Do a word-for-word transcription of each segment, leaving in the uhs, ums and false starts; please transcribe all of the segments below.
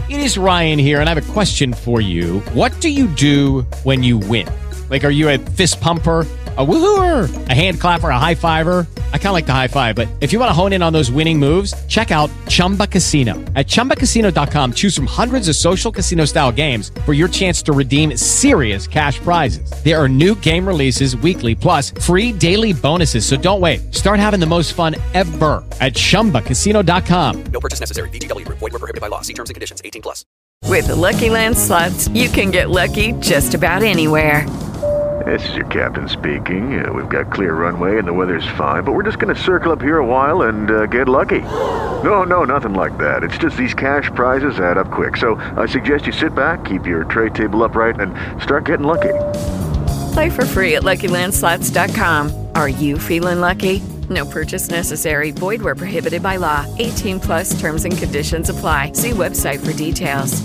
It is Ryan here, and I have a question for you. What do you do when you win? Like, are you a fist pumper, a woohooer, a hand clapper, a high fiver? I kind of like the high five, but if you want to hone in on those winning moves, check out Chumba Casino. At chumba casino dot com, choose from hundreds of social casino style games for your chance to redeem serious cash prizes. There are new game releases weekly, plus free daily bonuses. So don't wait. Start having the most fun ever at chumba casino dot com. No purchase necessary. V G W Group. Void where prohibited by law. See terms and conditions. eighteen plus. With the Lucky Land Slots, you can get lucky just about anywhere. This is your captain speaking. Uh, we've got clear runway and the weather's fine, but we're just going to circle up here a while and uh, get lucky. No, no, nothing like that. It's just these cash prizes add up quick. So I suggest you sit back, keep your tray table upright, and start getting lucky. Play for free at lucky land slots dot com. Are you feeling lucky? No purchase necessary. Void where prohibited by law. eighteen plus terms and conditions apply. See website for details.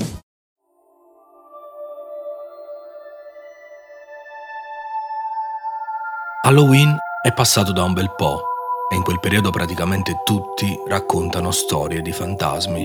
Halloween è passato da un bel po' e in quel periodo praticamente tutti raccontano storie di fantasmi.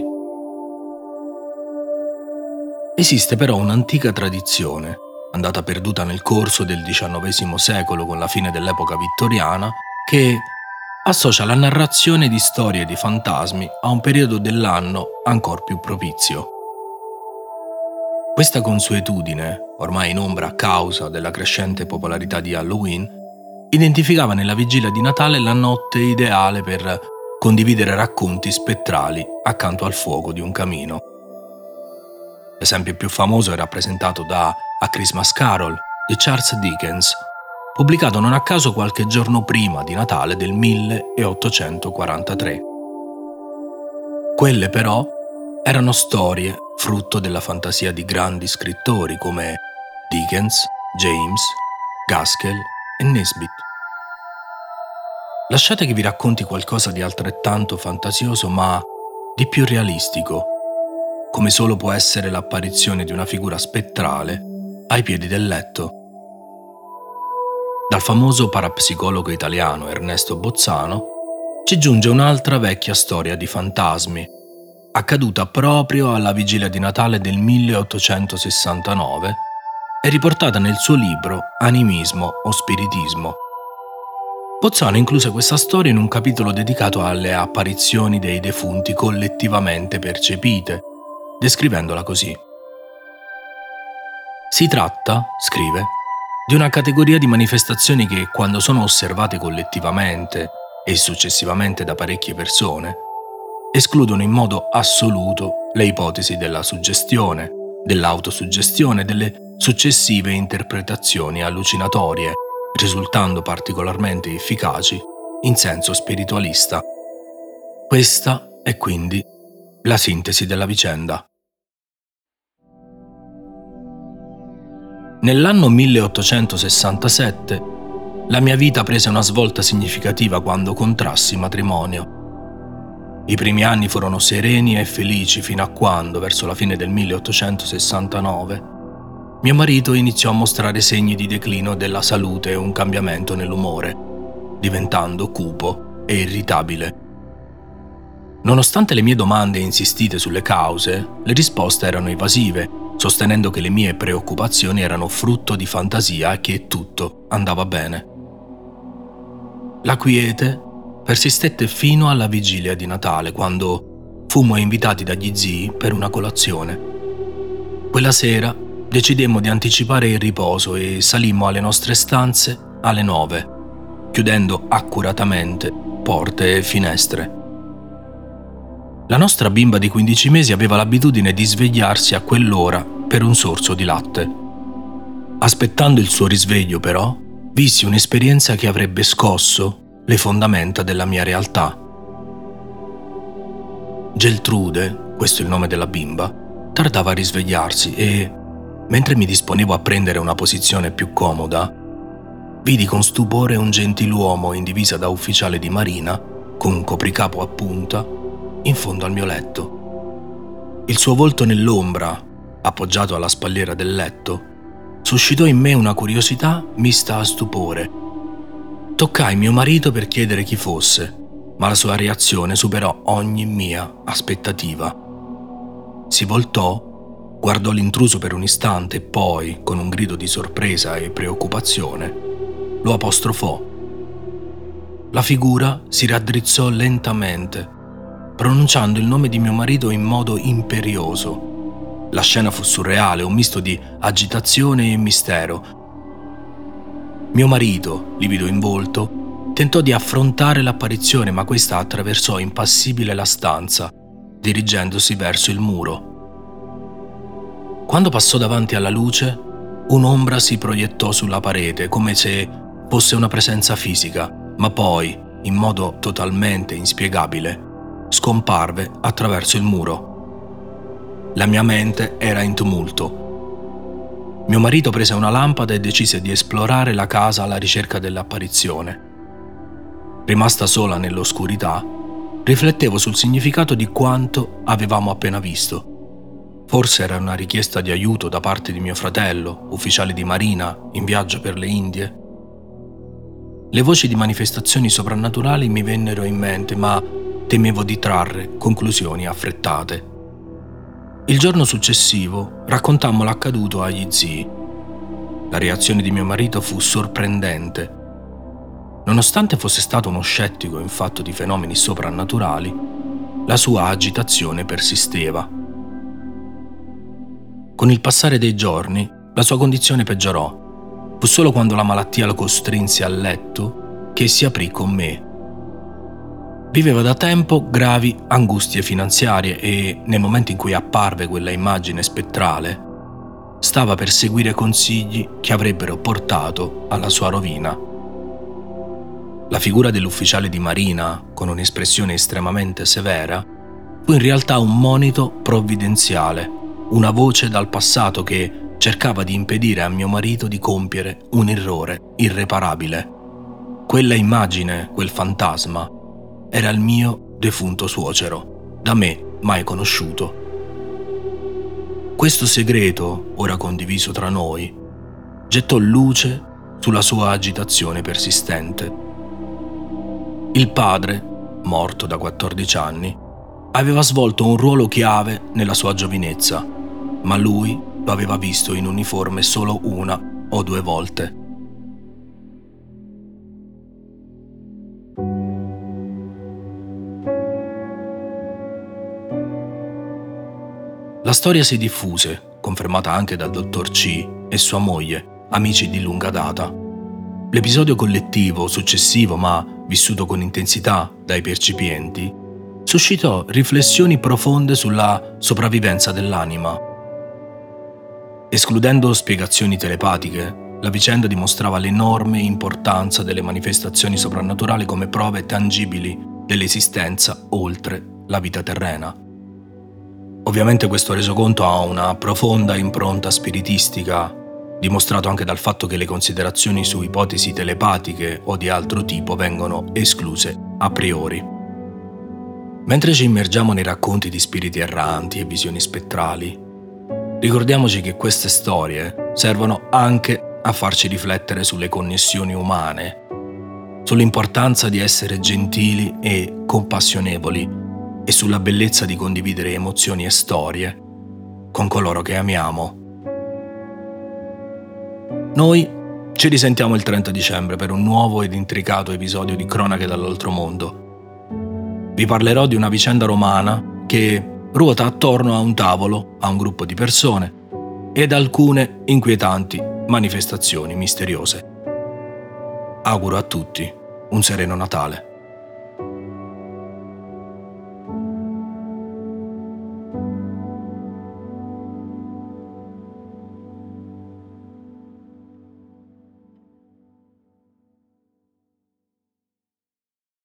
Esiste però un'antica tradizione, andata perduta nel corso del diciannovesimo secolo con la fine dell'epoca vittoriana, che associa la narrazione di storie di fantasmi a un periodo dell'anno ancor più propizio. Questa consuetudine, ormai in ombra a causa della crescente popolarità di Halloween, identificava nella vigilia di Natale la notte ideale per condividere racconti spettrali accanto al fuoco di un camino. L'esempio più famoso è rappresentato da A Christmas Carol di Charles Dickens, pubblicato non a caso qualche giorno prima di Natale del milleottocentoquarantatré. Quelle però erano storie frutto della fantasia di grandi scrittori come Dickens, James, Gaskell e Nesbit. Lasciate che vi racconti qualcosa di altrettanto fantasioso ma di più realistico, come solo può essere l'apparizione di una figura spettrale ai piedi del letto. Dal famoso parapsicologo italiano Ernesto Bozzano ci giunge un'altra vecchia storia di fantasmi, accaduta proprio alla vigilia di Natale del milleottocentosessantanove e riportata nel suo libro Animismo o Spiritismo. Bozzano incluse questa storia in un capitolo dedicato alle apparizioni dei defunti collettivamente percepite, descrivendola così. Si tratta, scrive, di una categoria di manifestazioni che, quando sono osservate collettivamente e successivamente da parecchie persone, escludono in modo assoluto le ipotesi della suggestione, dell'autosuggestione e delle successive interpretazioni allucinatorie, risultando particolarmente efficaci in senso spiritualista. Questa è quindi la sintesi della vicenda. Nell'anno milleottocentosessantasette la mia vita prese una svolta significativa quando contrassi matrimonio. I primi anni furono sereni e felici fino a quando, verso la fine del milleottocentosessantanove, mio marito iniziò a mostrare segni di declino della salute e un cambiamento nell'umore, diventando cupo e irritabile. Nonostante le mie domande insistite sulle cause, le risposte erano evasive, sostenendo che le mie preoccupazioni erano frutto di fantasia e che tutto andava bene. La quiete persistette fino alla vigilia di Natale, quando fummo invitati dagli zii per una colazione. Quella sera decidemmo di anticipare il riposo e salimmo alle nostre stanze alle nove, chiudendo accuratamente porte e finestre. La nostra bimba di quindici mesi aveva l'abitudine di svegliarsi a quell'ora per un sorso di latte. Aspettando il suo risveglio, però, vissi un'esperienza che avrebbe scosso le fondamenta della mia realtà. Geltrude, questo è il nome della bimba, tardava a risvegliarsi e, mentre mi disponevo a prendere una posizione più comoda, vidi con stupore un gentiluomo in divisa da ufficiale di marina, con un copricapo a punta, in fondo al mio letto. Il suo volto nell'ombra, appoggiato alla spalliera del letto, suscitò in me una curiosità mista a stupore. Toccai mio marito per chiedere chi fosse, ma la sua reazione superò ogni mia aspettativa. si voltò, guardò l'intruso per un istante e poi, con un grido di sorpresa e preoccupazione, lo apostrofò. La figura si raddrizzò lentamente, pronunciando il nome di mio marito in modo imperioso. La scena fu surreale, un misto di agitazione e mistero. Mio marito, livido in volto, tentò di affrontare l'apparizione, ma questa attraversò impassibile la stanza, dirigendosi verso il muro. Quando passò davanti alla luce, un'ombra si proiettò sulla parete, come se fosse una presenza fisica, ma poi, in modo totalmente inspiegabile, scomparve attraverso il muro. La mia mente era in tumulto. Mio marito prese una lampada e decise di esplorare la casa alla ricerca dell'apparizione. Rimasta sola nell'oscurità, riflettevo sul significato di quanto avevamo appena visto. Forse era una richiesta di aiuto da parte di mio fratello, ufficiale di marina, in viaggio per le Indie. Le voci di manifestazioni soprannaturali mi vennero in mente, ma temevo di trarre conclusioni affrettate. Il giorno successivo raccontammo l'accaduto agli zii. La reazione di mio marito fu sorprendente. Nonostante fosse stato uno scettico in fatto di fenomeni soprannaturali, la sua agitazione persisteva. Con il passare dei giorni, la sua condizione peggiorò. Fu solo quando la malattia lo costrinse a letto che si aprì con me. Viveva da tempo gravi angustie finanziarie e, nel momento in cui apparve quella immagine spettrale, stava per seguire consigli che avrebbero portato alla sua rovina. La figura dell'ufficiale di marina, con un'espressione estremamente severa, fu in realtà un monito provvidenziale, una voce dal passato che cercava di impedire a mio marito di compiere un errore irreparabile. Quella immagine, quel fantasma, era il mio defunto suocero, da me mai conosciuto. Questo segreto, ora condiviso tra noi, gettò luce sulla sua agitazione persistente. Il padre, morto da quattordici anni, aveva svolto un ruolo chiave nella sua giovinezza, ma lui lo aveva visto in uniforme solo una o due volte. La storia si diffuse, confermata anche dal dottor C e sua moglie, amici di lunga data. L'episodio collettivo successivo, ma vissuto con intensità dai percipienti, suscitò riflessioni profonde sulla sopravvivenza dell'anima. Escludendo spiegazioni telepatiche, la vicenda dimostrava l'enorme importanza delle manifestazioni soprannaturali come prove tangibili dell'esistenza oltre la vita terrena. Ovviamente questo resoconto ha una profonda impronta spiritistica, dimostrato anche dal fatto che le considerazioni su ipotesi telepatiche o di altro tipo vengono escluse a priori. Mentre ci immergiamo nei racconti di spiriti erranti e visioni spettrali, ricordiamoci che queste storie servono anche a farci riflettere sulle connessioni umane, sull'importanza di essere gentili e compassionevoli e sulla bellezza di condividere emozioni e storie con coloro che amiamo. Noi ci risentiamo il trenta dicembre per un nuovo ed intricato episodio di Cronache dall'Oltro Mondo. Vi parlerò di una vicenda romana che ruota attorno a un tavolo, a un gruppo di persone ed alcune inquietanti manifestazioni misteriose. Auguro a tutti un sereno Natale.